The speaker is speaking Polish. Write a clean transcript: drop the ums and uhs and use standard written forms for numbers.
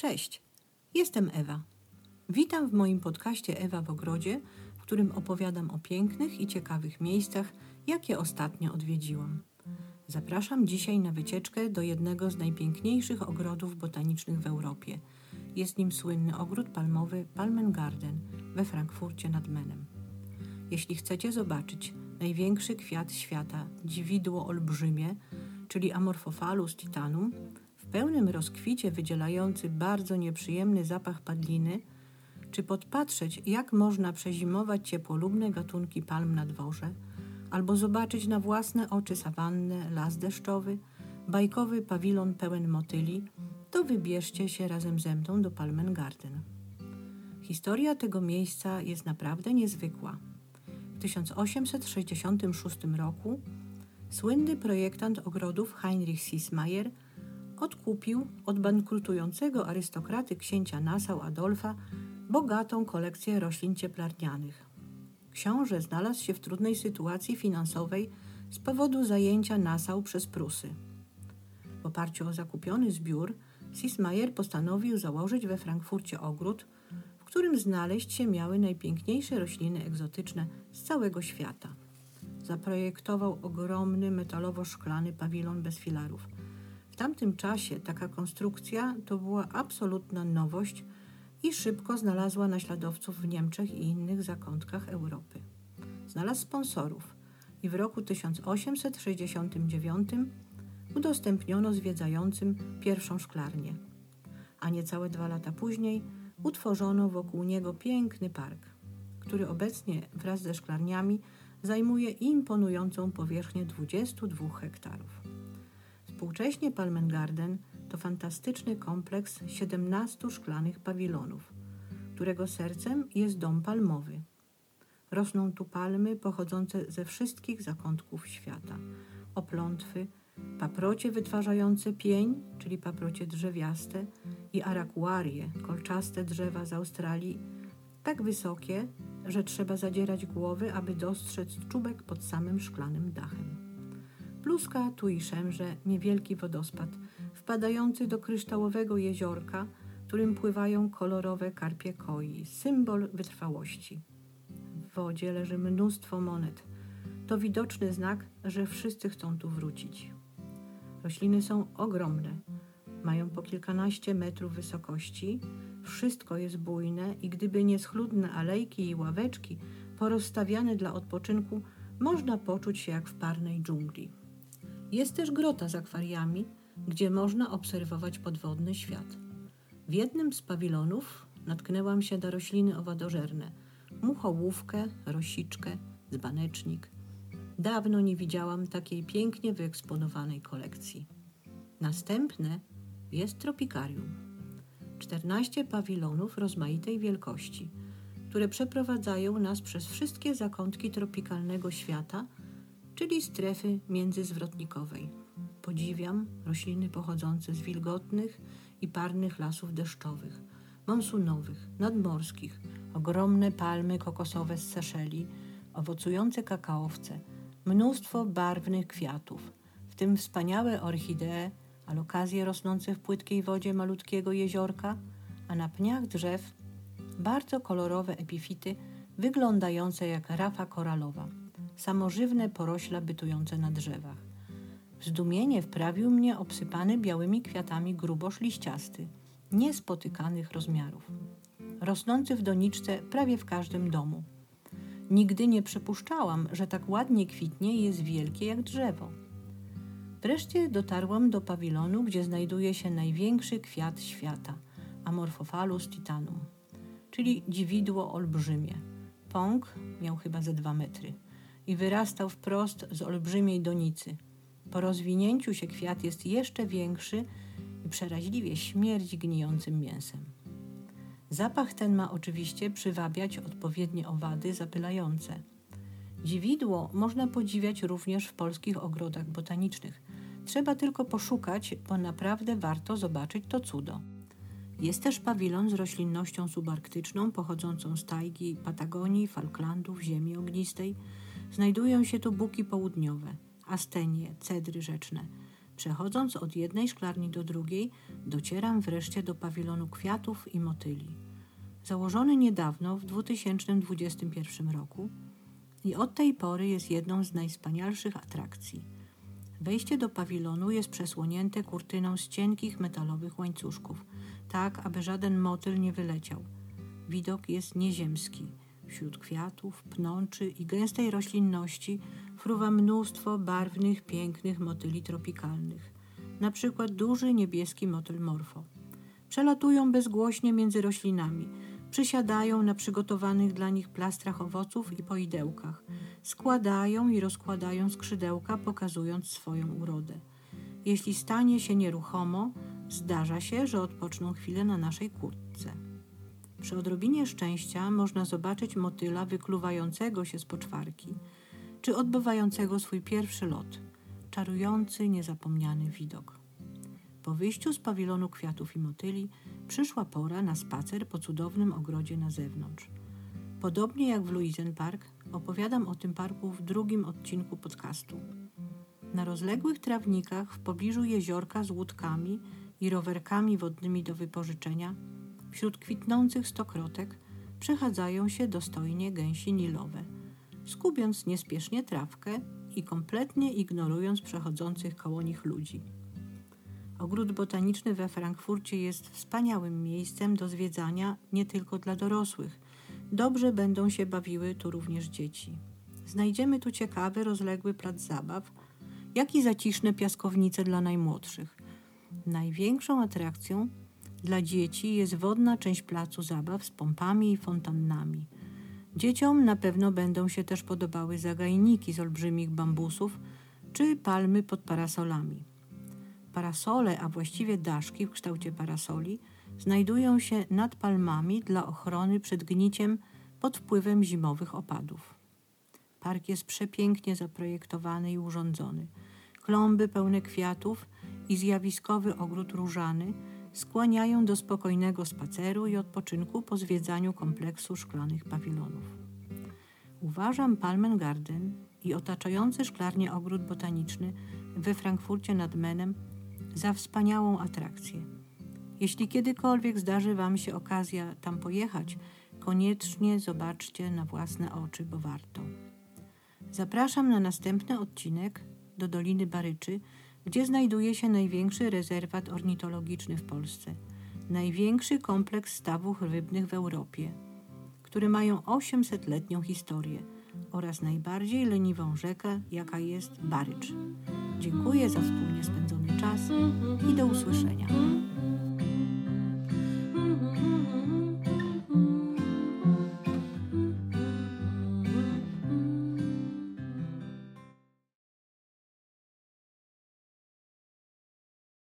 Cześć, jestem Ewa. Witam w moim podcaście Ewa w ogrodzie, w którym opowiadam o pięknych i ciekawych miejscach, jakie ostatnio odwiedziłam. Zapraszam dzisiaj na wycieczkę do jednego z najpiękniejszych ogrodów botanicznych w Europie. Jest nim słynny ogród palmowy Palmengarten we Frankfurcie nad Menem. Jeśli chcecie zobaczyć największy kwiat świata, dziwidło olbrzymie, czyli Amorphophallus titanum, w pełnym rozkwicie wydzielający bardzo nieprzyjemny zapach padliny, czy podpatrzeć, jak można przezimować ciepłolubne gatunki palm na dworze, albo zobaczyć na własne oczy sawannę, las deszczowy, bajkowy pawilon pełen motyli, to wybierzcie się razem ze mną do Palmengarten. Historia tego miejsca jest naprawdę niezwykła. W 1866 roku słynny projektant ogrodów Heinrich Sismayer odkupił od bankrutującego arystokraty księcia Nassau Adolfa bogatą kolekcję roślin cieplarnianych. Książę znalazł się w trudnej sytuacji finansowej z powodu zajęcia Nassau przez Prusy. W oparciu o zakupiony zbiór Sismayer postanowił założyć we Frankfurcie ogród, w którym znaleźć się miały najpiękniejsze rośliny egzotyczne z całego świata. Zaprojektował ogromny metalowo-szklany pawilon bez filarów. W tamtym czasie taka konstrukcja to była absolutna nowość i szybko znalazła naśladowców w Niemczech i innych zakątkach Europy. Znalazł sponsorów i w roku 1869 udostępniono zwiedzającym pierwszą szklarnię, a niecałe 2 lata później utworzono wokół niego piękny park, który obecnie wraz ze szklarniami zajmuje imponującą powierzchnię 22 hektarów. Współcześnie Palmengarten to fantastyczny kompleks 17 szklanych pawilonów, którego sercem jest dom palmowy. Rosną tu palmy pochodzące ze wszystkich zakątków świata. Oplątwy, paprocie wytwarzające pień, czyli paprocie drzewiaste, i arakuarie, kolczaste drzewa z Australii, tak wysokie, że trzeba zadzierać głowy, aby dostrzec czubek pod samym szklanym dachem. Pluska tu i szemrze niewielki wodospad, wpadający do kryształowego jeziorka, w którym pływają kolorowe karpie koi, symbol wytrwałości. W wodzie leży mnóstwo monet. To widoczny znak, że wszyscy chcą tu wrócić. Rośliny są ogromne. Mają po kilkanaście metrów wysokości. Wszystko jest bujne i gdyby nie schludne alejki i ławeczki porozstawiane dla odpoczynku, można poczuć się jak w parnej dżungli. Jest też grota z akwariami, gdzie można obserwować podwodny świat. W jednym z pawilonów natknęłam się na rośliny owadożerne, muchołówkę, rosiczkę, dzbanecznik. Dawno nie widziałam takiej pięknie wyeksponowanej kolekcji. Następne jest tropikarium. 14 pawilonów rozmaitej wielkości, które przeprowadzają nas przez wszystkie zakątki tropikalnego świata, czyli strefy międzyzwrotnikowej. Podziwiam rośliny pochodzące z wilgotnych i parnych lasów deszczowych, monsunowych, nadmorskich, ogromne palmy kokosowe z Seszeli, owocujące kakaowce, mnóstwo barwnych kwiatów, w tym wspaniałe orchidee, alokazje rosnące w płytkiej wodzie malutkiego jeziorka, a na pniach drzew bardzo kolorowe epifity wyglądające jak rafa koralowa, samożywne porośla bytujące na drzewach. W zdumienie wprawił mnie obsypany białymi kwiatami grubosz liściasty, niespotykanych rozmiarów, rosnący w doniczce prawie w każdym domu. Nigdy nie przypuszczałam, że tak ładnie kwitnie i jest wielkie jak drzewo. Wreszcie dotarłam do pawilonu, gdzie znajduje się największy kwiat świata, Amorphophallus titanum, czyli dziwidło olbrzymie. Pąk miał chyba ze 2 metry i wyrastał wprost z olbrzymiej donicy. Po rozwinięciu się kwiat jest jeszcze większy i przeraźliwie śmierdzi gnijącym mięsem. Zapach ten ma oczywiście przywabiać odpowiednie owady zapylające. Dziwidło można podziwiać również w polskich ogrodach botanicznych. Trzeba tylko poszukać, bo naprawdę warto zobaczyć to cudo. Jest też pawilon z roślinnością subarktyczną pochodzącą z tajgi Patagonii, Falklandów, ziemi ognistej. Znajdują się tu buki południowe, astenie, cedry rzeczne. Przechodząc od jednej szklarni do drugiej, docieram wreszcie do pawilonu kwiatów i motyli. Założony niedawno, w 2021 roku, i od tej pory jest jedną z najwspanialszych atrakcji. Wejście do pawilonu jest przesłonięte kurtyną z cienkich metalowych łańcuszków, tak aby żaden motyl nie wyleciał. Widok jest nieziemski. Wśród kwiatów, pnączy i gęstej roślinności fruwa mnóstwo barwnych, pięknych motyli tropikalnych. Na przykład duży niebieski motyl morfo. Przelatują bezgłośnie między roślinami, przysiadają na przygotowanych dla nich plastrach owoców i poidełkach, składają i rozkładają skrzydełka, pokazując swoją urodę. Jeśli stanie się nieruchomo, zdarza się, że odpoczną chwilę na naszej kurtce. Przy odrobinie szczęścia można zobaczyć motyla wykluwającego się z poczwarki, czy odbywającego swój pierwszy lot. Czarujący, niezapomniany widok. Po wyjściu z pawilonu kwiatów i motyli przyszła pora na spacer po cudownym ogrodzie na zewnątrz. Podobnie jak w Luizen Park, opowiadam o tym parku w drugim odcinku podcastu. Na rozległych trawnikach w pobliżu jeziorka z łódkami i rowerkami wodnymi do wypożyczenia, wśród kwitnących stokrotek przechadzają się dostojnie gęsi nilowe, skubiąc niespiesznie trawkę i kompletnie ignorując przechodzących koło nich ludzi. Ogród botaniczny we Frankfurcie jest wspaniałym miejscem do zwiedzania nie tylko dla dorosłych. Dobrze będą się bawiły tu również dzieci. Znajdziemy tu ciekawy, rozległy plac zabaw, jak i zaciszne piaskownice dla najmłodszych. Największą atrakcją dla dzieci jest wodna część placu zabaw z pompami i fontannami. Dzieciom na pewno będą się też podobały zagajniki z olbrzymich bambusów czy palmy pod parasolami. Parasole, a właściwie daszki w kształcie parasoli, znajdują się nad palmami dla ochrony przed gniciem pod wpływem zimowych opadów. Park jest przepięknie zaprojektowany i urządzony. Klomby pełne kwiatów i zjawiskowy ogród różany skłaniają do spokojnego spaceru i odpoczynku po zwiedzaniu kompleksu szklanych pawilonów. Uważam Palmen Garden i otaczający szklarnię ogród botaniczny we Frankfurcie nad Menem za wspaniałą atrakcję. Jeśli kiedykolwiek zdarzy Wam się okazja tam pojechać, koniecznie zobaczcie na własne oczy, bo warto. Zapraszam na następny odcinek do Doliny Baryczy, gdzie znajduje się największy rezerwat ornitologiczny w Polsce, największy kompleks stawów rybnych w Europie, które mają 800-letnią historię oraz najbardziej leniwą rzekę, jaka jest Barycz. Dziękuję za wspólnie spędzony czas i do usłyszenia.